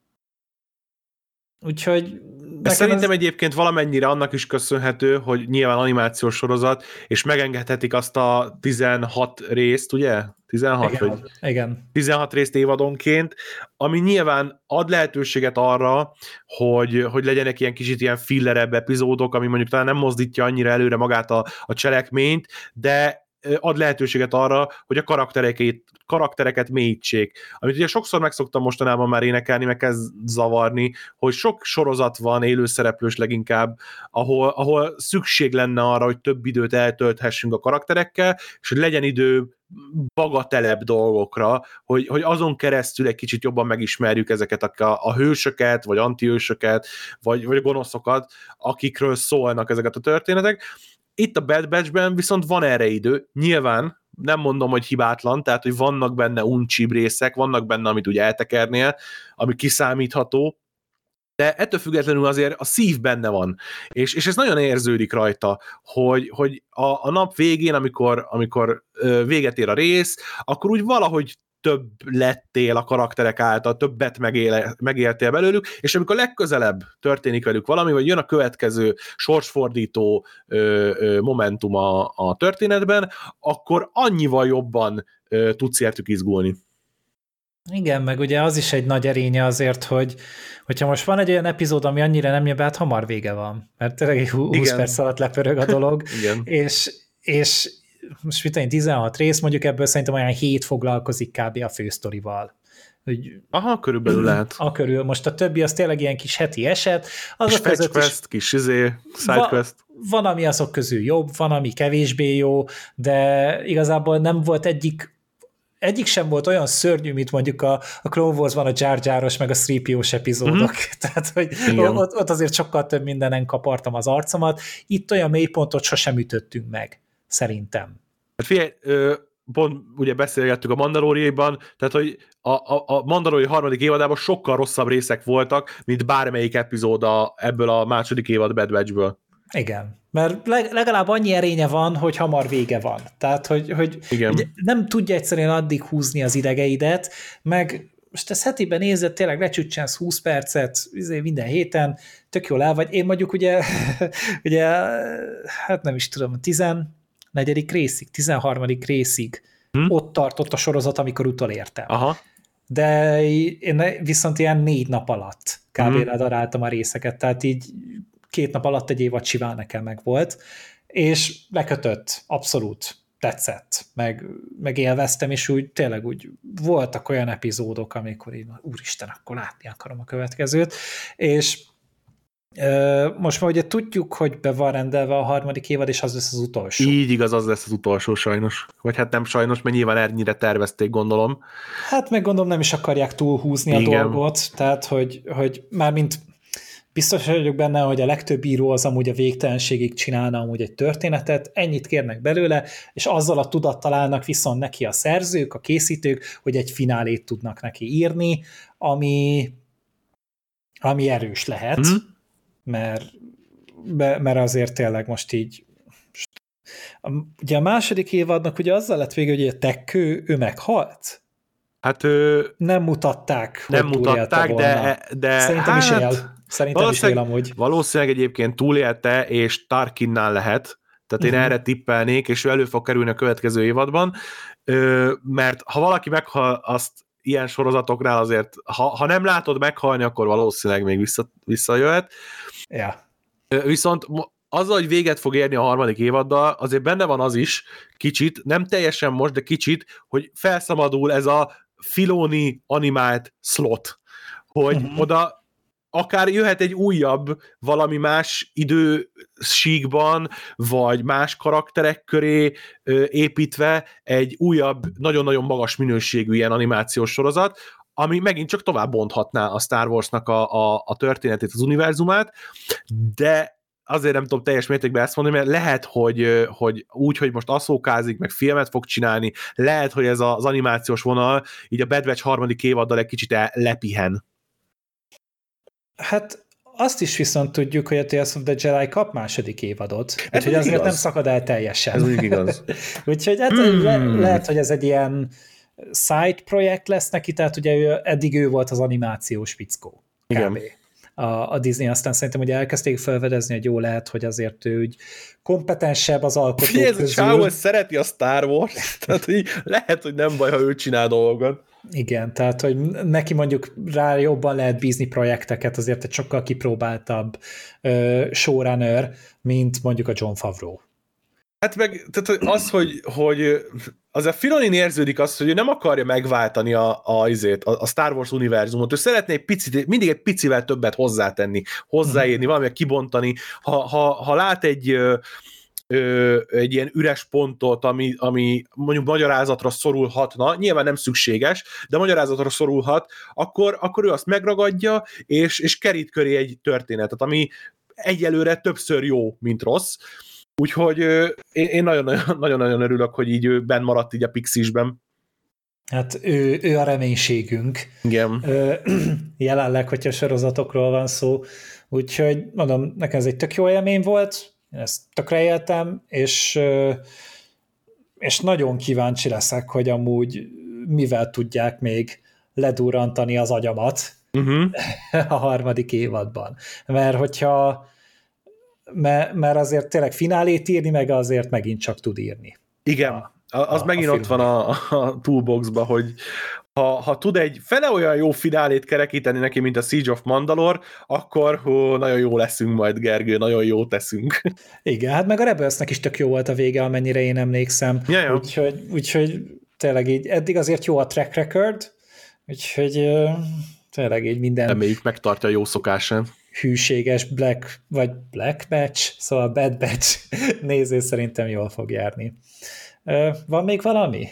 Úgyhogy szerintem egyébként valamennyire annak is köszönhető, hogy nyilván animációs sorozat, és megengedhetik azt a 16 részt, ugye? 16? Igen. 16 részt évadonként, ami nyilván ad lehetőséget arra, hogy legyenek ilyen kicsit ilyen fillerebb epizódok, ami mondjuk talán nem mozdítja annyira előre magát a cselekményt, de ad lehetőséget arra, hogy a karaktereket mélyítsék. Amit ugye sokszor megszoktam mostanában már énekelni, meg kezd zavarni, hogy sok sorozat van, élőszereplős leginkább, ahol szükség lenne arra, hogy több időt eltölthessünk a karakterekkel, és hogy legyen idő bagatelebb dolgokra, hogy azon keresztül egy kicsit jobban megismerjük ezeket a hősöket, vagy antihősöket, vagy a gonoszokat, akikről szólnak ezeket a történetek. Itt a Bad Batchben viszont van erre idő, nyilván nem mondom, hogy hibátlan, tehát, hogy vannak benne uncsibb részek, vannak benne, amit úgy eltekernél, ami kiszámítható, de ettől függetlenül azért a szív benne van, és ez nagyon érződik rajta, hogy a nap végén, amikor véget ér a rész, akkor úgy valahogy több lettél a karakterek által, többet megéltél belőlük, és amikor legközelebb történik velük valami, vagy jön a következő sorsfordító momentum a történetben, akkor annyival jobban tudsz értük izgulni. Igen, meg ugye az is egy nagy erénye azért, hogyha most van egy olyan epizód, ami annyira nem jön be, hát hamar vége van. Mert tényleg 20 perc alatt lepörög a dolog. és most mit tudom, 16 rész, mondjuk ebből szerintem olyan 7 foglalkozik kb. A fősztorival. Aha, körülbelül lehet. Körül. Most a többi az tényleg ilyen kis heti eset. Kis fetch quest, kis sidequest. Van, ami azok közül jobb, van, ami kevésbé jó, de igazából nem volt egyik sem volt olyan szörnyű, mint mondjuk a Clone Wars-ban a Jar Jar-os meg a 3PO-s epizódok. Tehát, hogy ott azért sokkal több mindenen kapartam az arcomat. Itt olyan mélypontot sosem ütöttünk meg, szerintem. Hát figyelj, pont ugye beszélgettük a Mandalorianban, tehát, hogy a Mandalorian harmadik évadában sokkal rosszabb részek voltak, mint bármelyik epizóda ebből a második évad Bad Batch-ből. Igen, mert legalább annyi erénye van, hogy hamar vége van. Tehát, hogy nem tudja egyszerűen addig húzni az idegeidet, meg most ezt hetiben nézed, tényleg lecsücsensz 20 percet minden héten, tök jól el vagy. Én mondjuk ugye, hát nem is tudom, 14. részig, 13. részig ott tartott a sorozat, amikor utolértem. Aha. De én viszont ilyen 4 nap alatt kb. Ledaráltam a részeket, tehát így 2 nap alatt egy évad simán nekem meg volt, és lekötött, abszolút tetszett, meg élveztem, és úgy tényleg úgy voltak olyan epizódok, amikor így, úristen, akkor látni akarom a következőt, és most már ugye tudjuk, hogy be van rendelve a harmadik évad, és az lesz az utolsó. Így igaz, az lesz az utolsó sajnos. Vagy hát nem sajnos, mert nyilván ennyire tervezték, gondolom. Hát meg gondolom nem is akarják túlhúzni a dolgot, tehát hogy mármint biztos vagyok benne, hogy a legtöbb író az amúgy a végtelenségig csinálna amúgy egy történetet, ennyit kérnek belőle, és azzal a tudattal állnak viszont neki a szerzők, a készítők, hogy egy finálét tudnak neki írni, ami erős lehet, mert azért tényleg most így ugye a második évadnak ugye azzal lett vége, hogy a Tekkő, ő meghalt. Hát nem mutatták, nem mutatták, de szerintem hát, is él. Szerintem is él amúgy. Valószínűleg egyébként túlélte, és Tarkinnál lehet, tehát én erre tippelnék, és ő elő fog kerülni a következő évadban, mert ha valaki meghal, azt ilyen sorozatoknál azért, ha nem látod meghalni, akkor valószínűleg még visszajöhet. Ja. Viszont azzal, hogy véget fog érni a harmadik évaddal, azért benne van az is kicsit, nem teljesen most, de kicsit, hogy felszabadul ez a Filoni animált slot, hogy oda akár jöhet egy újabb, valami más idősíkban, vagy más karakterek köré építve egy újabb, nagyon-nagyon magas minőségű ilyen animációs sorozat, ami megint csak tovább bonthatná a Star Warsnak a történetét, az univerzumát, de azért nem tudom teljes mértékben ezt mondani, mert lehet, hogy úgy, hogy most aszókázik, meg filmet fog csinálni, lehet, hogy ez az animációs vonal így a Bad Batch harmadik évaddal egy kicsit lepihen. Hát azt is viszont tudjuk, hogy a Tales of the Jedi kap második évadot, úgyhogy azért nem szakad el teljesen. Ez úgy igaz. Úgyhogy hát lehet, hogy ez egy ilyen side projekt lesz neki, tehát ugye eddig ő volt az animációs fickó. Igen. A Disney, aztán szerintem ugye elkezdték felfedezni, hogy jó lehet, hogy azért ő úgy kompetensebb az alkotók közül. Ez a csávó szereti a Star Wars, tehát így lehet, hogy nem baj, ha ő csinál dolgokat. Igen, tehát, hogy neki mondjuk rá jobban lehet bízni projekteket, azért egy sokkal kipróbáltabb showrunner, mint mondjuk a Jon Favreau. Hát meg tehát hogy az a Filonin érződik az, hogy ő nem akarja megváltani a Star Wars univerzumot, ő szeretné mindig egy picivel többet hozzátenni, hozzáérni, valamilyen kibontani. Ha lát egy ilyen üres pontot, ami mondjuk magyarázatra szorulhatna, nyilván nem szükséges, de magyarázatra szorulhat, akkor ő azt megragadja, és kerít köré egy történetet, ami egyelőre többször jó, mint rossz. Úgyhogy én nagyon-nagyon örülök, hogy így ő benn maradt így a Pixisben. Hát ő a reménységünk. Igen. Jelenleg, hogyha sorozatokról van szó. Úgyhogy mondom, nekem ez egy tök jó élmény volt, én ezt tökre éltem, és nagyon kíváncsi leszek, hogy amúgy mivel tudják még ledurrantani az agyamat a harmadik évadban. Mert mert azért tényleg finálét írni, meg azért megint csak tud írni. Igen, az megint ott van a toolboxba, hogy ha tud egy fele olyan jó finálét kerekíteni neki, mint a Siege of Mandalore, akkor nagyon jó leszünk majd, Gergő, nagyon jó teszünk. Igen, hát meg a Rebelsnek is tök jó volt a vége, amennyire én emlékszem. Ja. Úgyhogy tényleg így eddig azért jó a track record, úgyhogy tényleg így minden... Reméljük megtartja a jó szokásán. Hűséges Black Batch, szóval Bad Batch néző szerintem jól fog járni. Van még valami?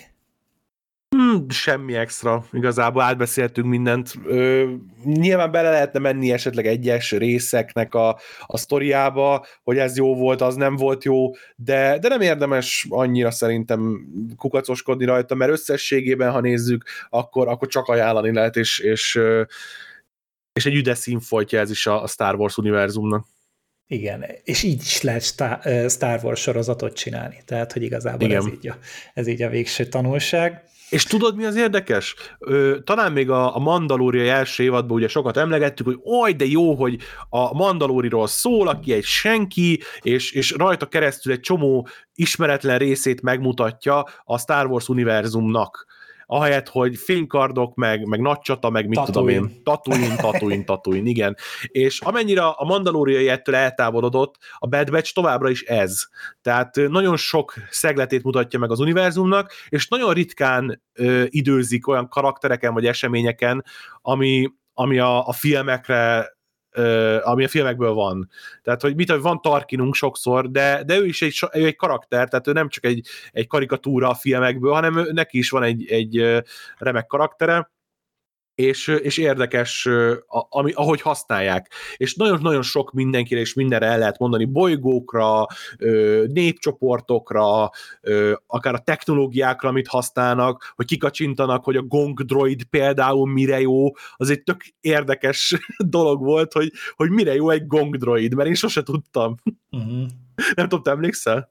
Semmi extra. Igazából átbeszéltünk mindent. Nyilván bele lehetne menni esetleg egyes részeknek a sztoriába, hogy ez jó volt, az nem volt jó, de nem érdemes annyira szerintem kukacoskodni rajta, mert összességében, ha nézzük, akkor csak ajánlani lehet, és egy üdes színfoltja ez is a Star Wars univerzumnak. Igen, és így is lehet Star Wars sorozatot csinálni, tehát, hogy igazából ez így a végső tanulság. És tudod, mi az érdekes? Talán még a Mandaloriai első évadban ugye sokat emlegettük, hogy oj, de jó, hogy a Mandaloriról szól, aki egy senki, és rajta keresztül egy csomó ismeretlen részét megmutatja a Star Wars univerzumnak. Ahelyett, hogy fénykardok, meg nagy csata, meg mit tudom én. Tatooine, igen. És amennyire a Mandaloriai ettől eltávolodott, a Bad Batch továbbra is ez. Tehát nagyon sok szegletét mutatja meg az univerzumnak, és nagyon ritkán időzik olyan karaktereken vagy eseményeken, ami a filmekre ami a filmekből van. Tehát, hogy van Tarkinunk sokszor, de ő is egy karakter, tehát ő nem csak egy karikatúra a filmekből, hanem neki is van egy remek karaktere, és érdekes, ahogy használják. És nagyon-nagyon sok mindenkire és mindenre el lehet mondani, bolygókra, népcsoportokra, akár a technológiákra, amit használnak, hogy kikacsintanak, hogy a Gong droid például mire jó, az egy tök érdekes dolog volt, hogy mire jó egy Gong droid, mert én sose tudtam. Nem tudom, te emlékszel?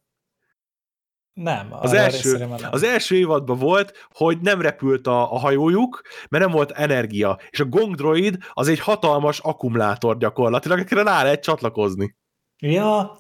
Nem. Az első évadban volt, hogy nem repült a hajójuk, mert nem volt energia, és a Gong droid az egy hatalmas akkumulátor gyakorlatilag, akire rá lehet csatlakozni. Ja,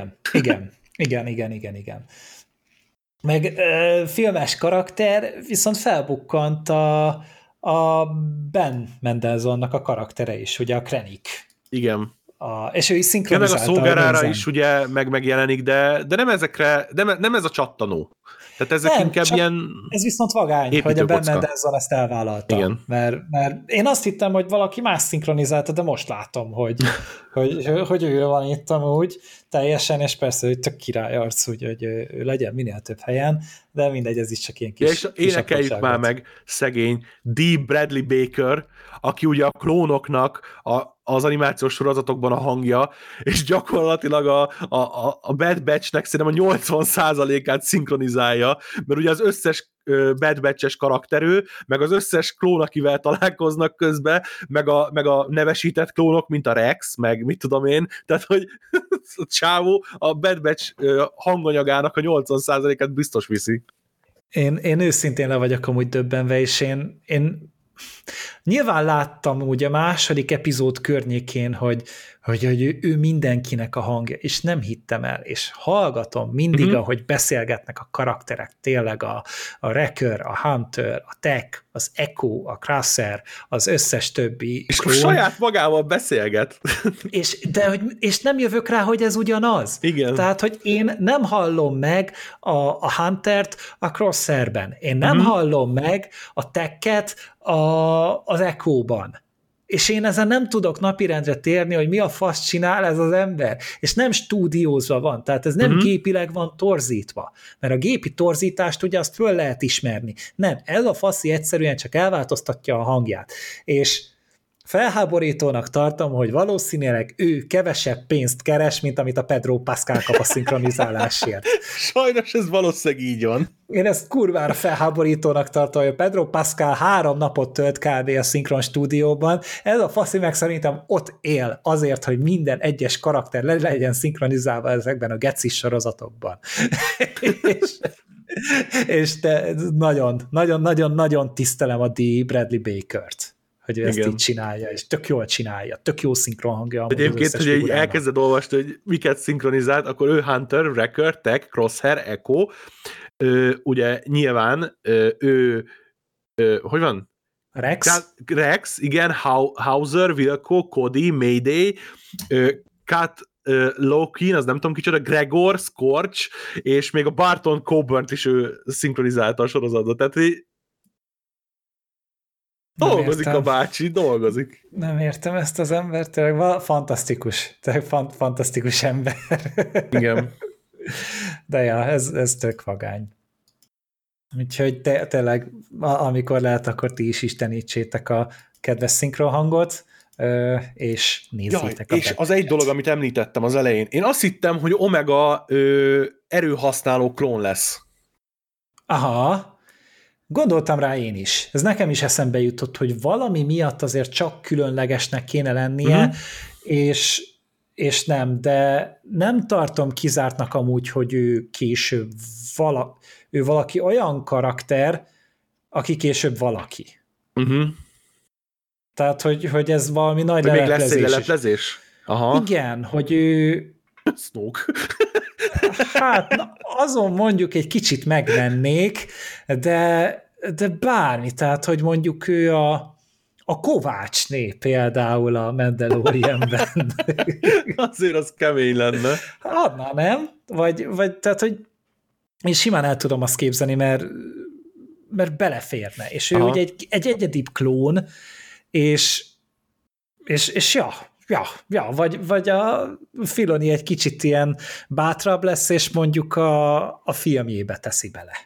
igen. Meg filmes karakter, viszont felbukkant a Ben Mendelsohnnak a karaktere is, ugye a Krennic. Igen. És ő is szinkronizálta. Meg a Szógerára is ugye megjelenik, de nem ezekre, nem ez a csattanó. Tehát ezek nem, inkább ilyen ez viszont vagány, hogy a Ben Mendelsohn ezt elvállalta. Igen. Mert én azt hittem, hogy valaki más szinkronizálta, de most látom, hogy ő van itt amúgy teljesen, és persze, hogy tök királyarc, hogy ő legyen minél több helyen, de mindegy, ez is csak ilyen kis... És énekeljük már meg szegény D. Bradley Baker, aki ugye a klónoknak az animációs sorozatokban a hangja, és gyakorlatilag a Bad Batch-nek szerintem a 80%-át szinkronizálja, mert ugye az összes Bad Batch-es karakterő, meg az összes klón, akivel találkoznak közben, meg a nevesített klónok, mint a Rex, meg mit tudom én, tehát hogy a csávó a Bad Batch hanganyagának a 80%-át biztos viszi. Én őszintén le vagyok amúgy döbbenve, és én Nyilván láttam ugye a második epizód környékén, hogy ő mindenkinek a hangja, és nem hittem el, és hallgatom mindig, ahogy beszélgetnek a karakterek, tényleg a Wrecker, a Hunter, a Tech, az Echo, a Crusher, az összes többi és klón. saját magával beszélget. És nem jövök rá, hogy ez ugyanaz. Igen. Tehát, hogy én nem hallom meg a Huntert a Crosserben. Én nem hallom meg a Tech-et az Echo-ban. És én ezen nem tudok napirendre térni, hogy mi a fasz csinál ez az ember. És nem stúdiózva van, tehát ez nem gépileg van torzítva. Mert a gépi torzítást ugye azt föl lehet ismerni. Nem, ez a faszi egyszerűen csak elváltoztatja a hangját. És felháborítónak tartom, hogy valószínűleg ő kevesebb pénzt keres, mint amit a Pedro Pascal kap a szinkronizálásért. Sajnos ez valószínűleg így van. Én ezt kurvára felháborítónak tartom, hogy a Pedro Pascal 3 napot tölt kb. A szinkron stúdióban. Ez a faszi meg szerintem ott él azért, hogy minden egyes karakter legyen szinkronizálva ezekben a gecis sorozatokban. és nagyon tisztelem a D. Bradley Bakert, hogy ő ezt így csinálja, és tök jól csinálja, tök jó szinkron hangja. Egyébként, hogy így elkezded olvasni, hogy miket szinkronizált, akkor ő Hunter, Wrecker, Tech, Crosshair, Echo, ugye nyilván hogy van? Rex, igen, Hauser, Wilco, Cody, Mayday, Kat Lokin, az nem tudom kicsoda, Gregor, Scorch, és még a Barton Coburn-t is ő szinkronizálta a sorozatot, tehát dolgozik a bácsi, dolgozik. Nem értem ezt az embert, tényleg fantasztikus, fantasztikus ember. Igen. De ja, ez tök vagány. Úgyhogy tényleg, amikor lehet, akkor ti is istenítsétek a kedves szinkronhangot, és nézzétek és az egy dolog, amit említettem az elején. Én azt hittem, hogy Omega erőhasználó klón lesz. Aha, gondoltam rá én is. Ez nekem is eszembe jutott, hogy valami miatt azért csak különlegesnek kéne lennie, és nem, de nem tartom kizártnak amúgy, hogy ő később ő valaki olyan karakter, aki később valaki. Tehát, hogy ez valami nagy leleplezés. Még lesz egy leleplezés? Aha. Igen, hogy ő... Snoke. Hát, azon mondjuk egy kicsit megmennék, de bármi, tehát, hogy mondjuk ő a Kovácsné például a Mandalorianben. Azért az kemény lenne. Hát, nem? Vagy tehát, hogy én simán el tudom azt képzelni, mert beleférne. És ő ugye egy egyedibb klón, és vagy a Filoni egy kicsit ilyen bátrabb lesz, és mondjuk a filmjébe teszi bele.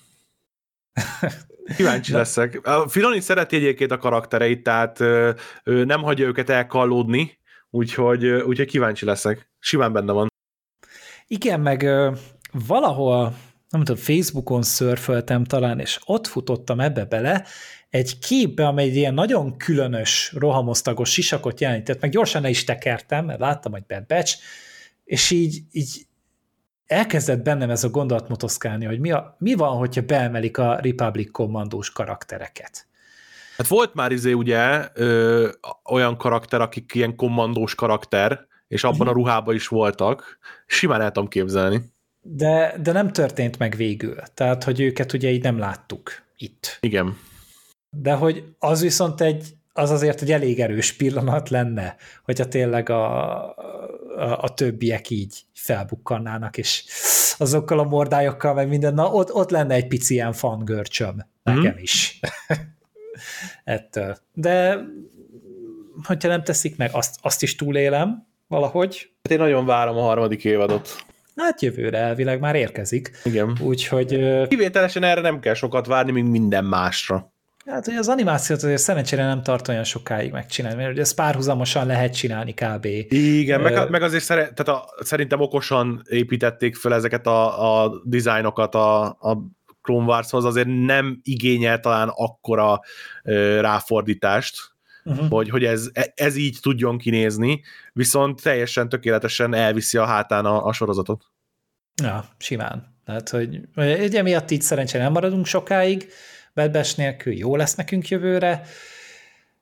Kíváncsi leszek. A Filoni szereti egyébként a karaktereit, tehát ő nem hagyja őket elkallódni, úgyhogy kíváncsi leszek. Simán benne van. Igen, meg valahol, nem tudom, Facebookon szörföltem talán, és ott futottam ebbe bele, egy képbe, amely egy ilyen nagyon különös, rohamosztagos sisakot jelenített, meg gyorsan le is tekertem, mert láttam, hogy Bad Batch, és így elkezdett bennem ez a gondolat motoszkálni, hogy mi van, hogyha beemelik a Republic kommandós karaktereket. Hát volt már ugye olyan karakter, akik ilyen kommandós karakter, és abban a ruhában is voltak. Simán el tudom képzelni. De nem történt meg végül. Tehát, hogy őket ugye így nem láttuk itt. Igen. De hogy az viszont az azért egy elég erős pillanat lenne, hogyha tényleg a többiek így felbukkannának, és azokkal a mordályokkal, meg minden, ott lenne egy pici ilyen fangörcsöm. Nekem is. Ettől. De hogyha nem teszik meg, azt is túlélem valahogy. Hát én nagyon várom a 3. évadot. Hát jövőre elvileg már érkezik. Igen. Úgyhogy... Kivételesen erre nem kell sokat várni, mint minden másra. Hát, hogy az animációt azért szerencsére nem tart olyan sokáig megcsinálni, mert ugye ezt párhuzamosan lehet csinálni kb. Igen, meg azért szerintem okosan építették fel ezeket a dizájnokat a Clone Warshoz, azért nem igényel talán akkora ráfordítást, hogy ez így tudjon kinézni, viszont teljesen tökéletesen elviszi a hátán a sorozatot. Ja, simán. Tehát, hogy ugye miatt így szerencsére nem maradunk sokáig, Bad Batch nélkül jó lesz nekünk jövőre,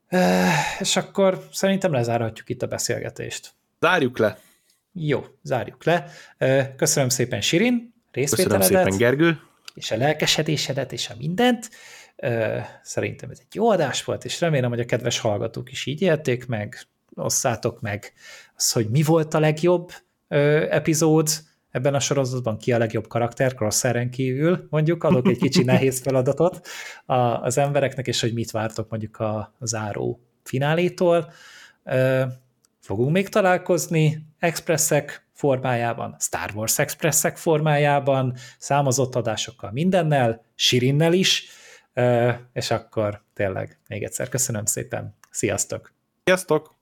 És akkor szerintem lezárhatjuk itt a beszélgetést. Zárjuk le. Jó, zárjuk le. Köszönöm szépen, Sirin, Köszönöm részvételedet, szépen, Gergő. és a lelkesedésedet, és a mindent. Szerintem ez egy jó adás volt, és remélem, hogy a kedves hallgatók is így élték meg, osszátok meg az, hogy mi volt a legjobb epizód ebben a sorozatban, ki a legjobb karakter, Crosshair-en kívül, mondjuk, adok egy kicsi nehéz feladatot az embereknek, és hogy mit vártok mondjuk a záró finálétól. Fogunk még találkozni expresszek formájában, Star Wars expresszek formájában, számozott adásokkal, mindennel, Sirinnel is, és akkor tényleg még egyszer köszönöm szépen. Sziasztok! Sziasztok!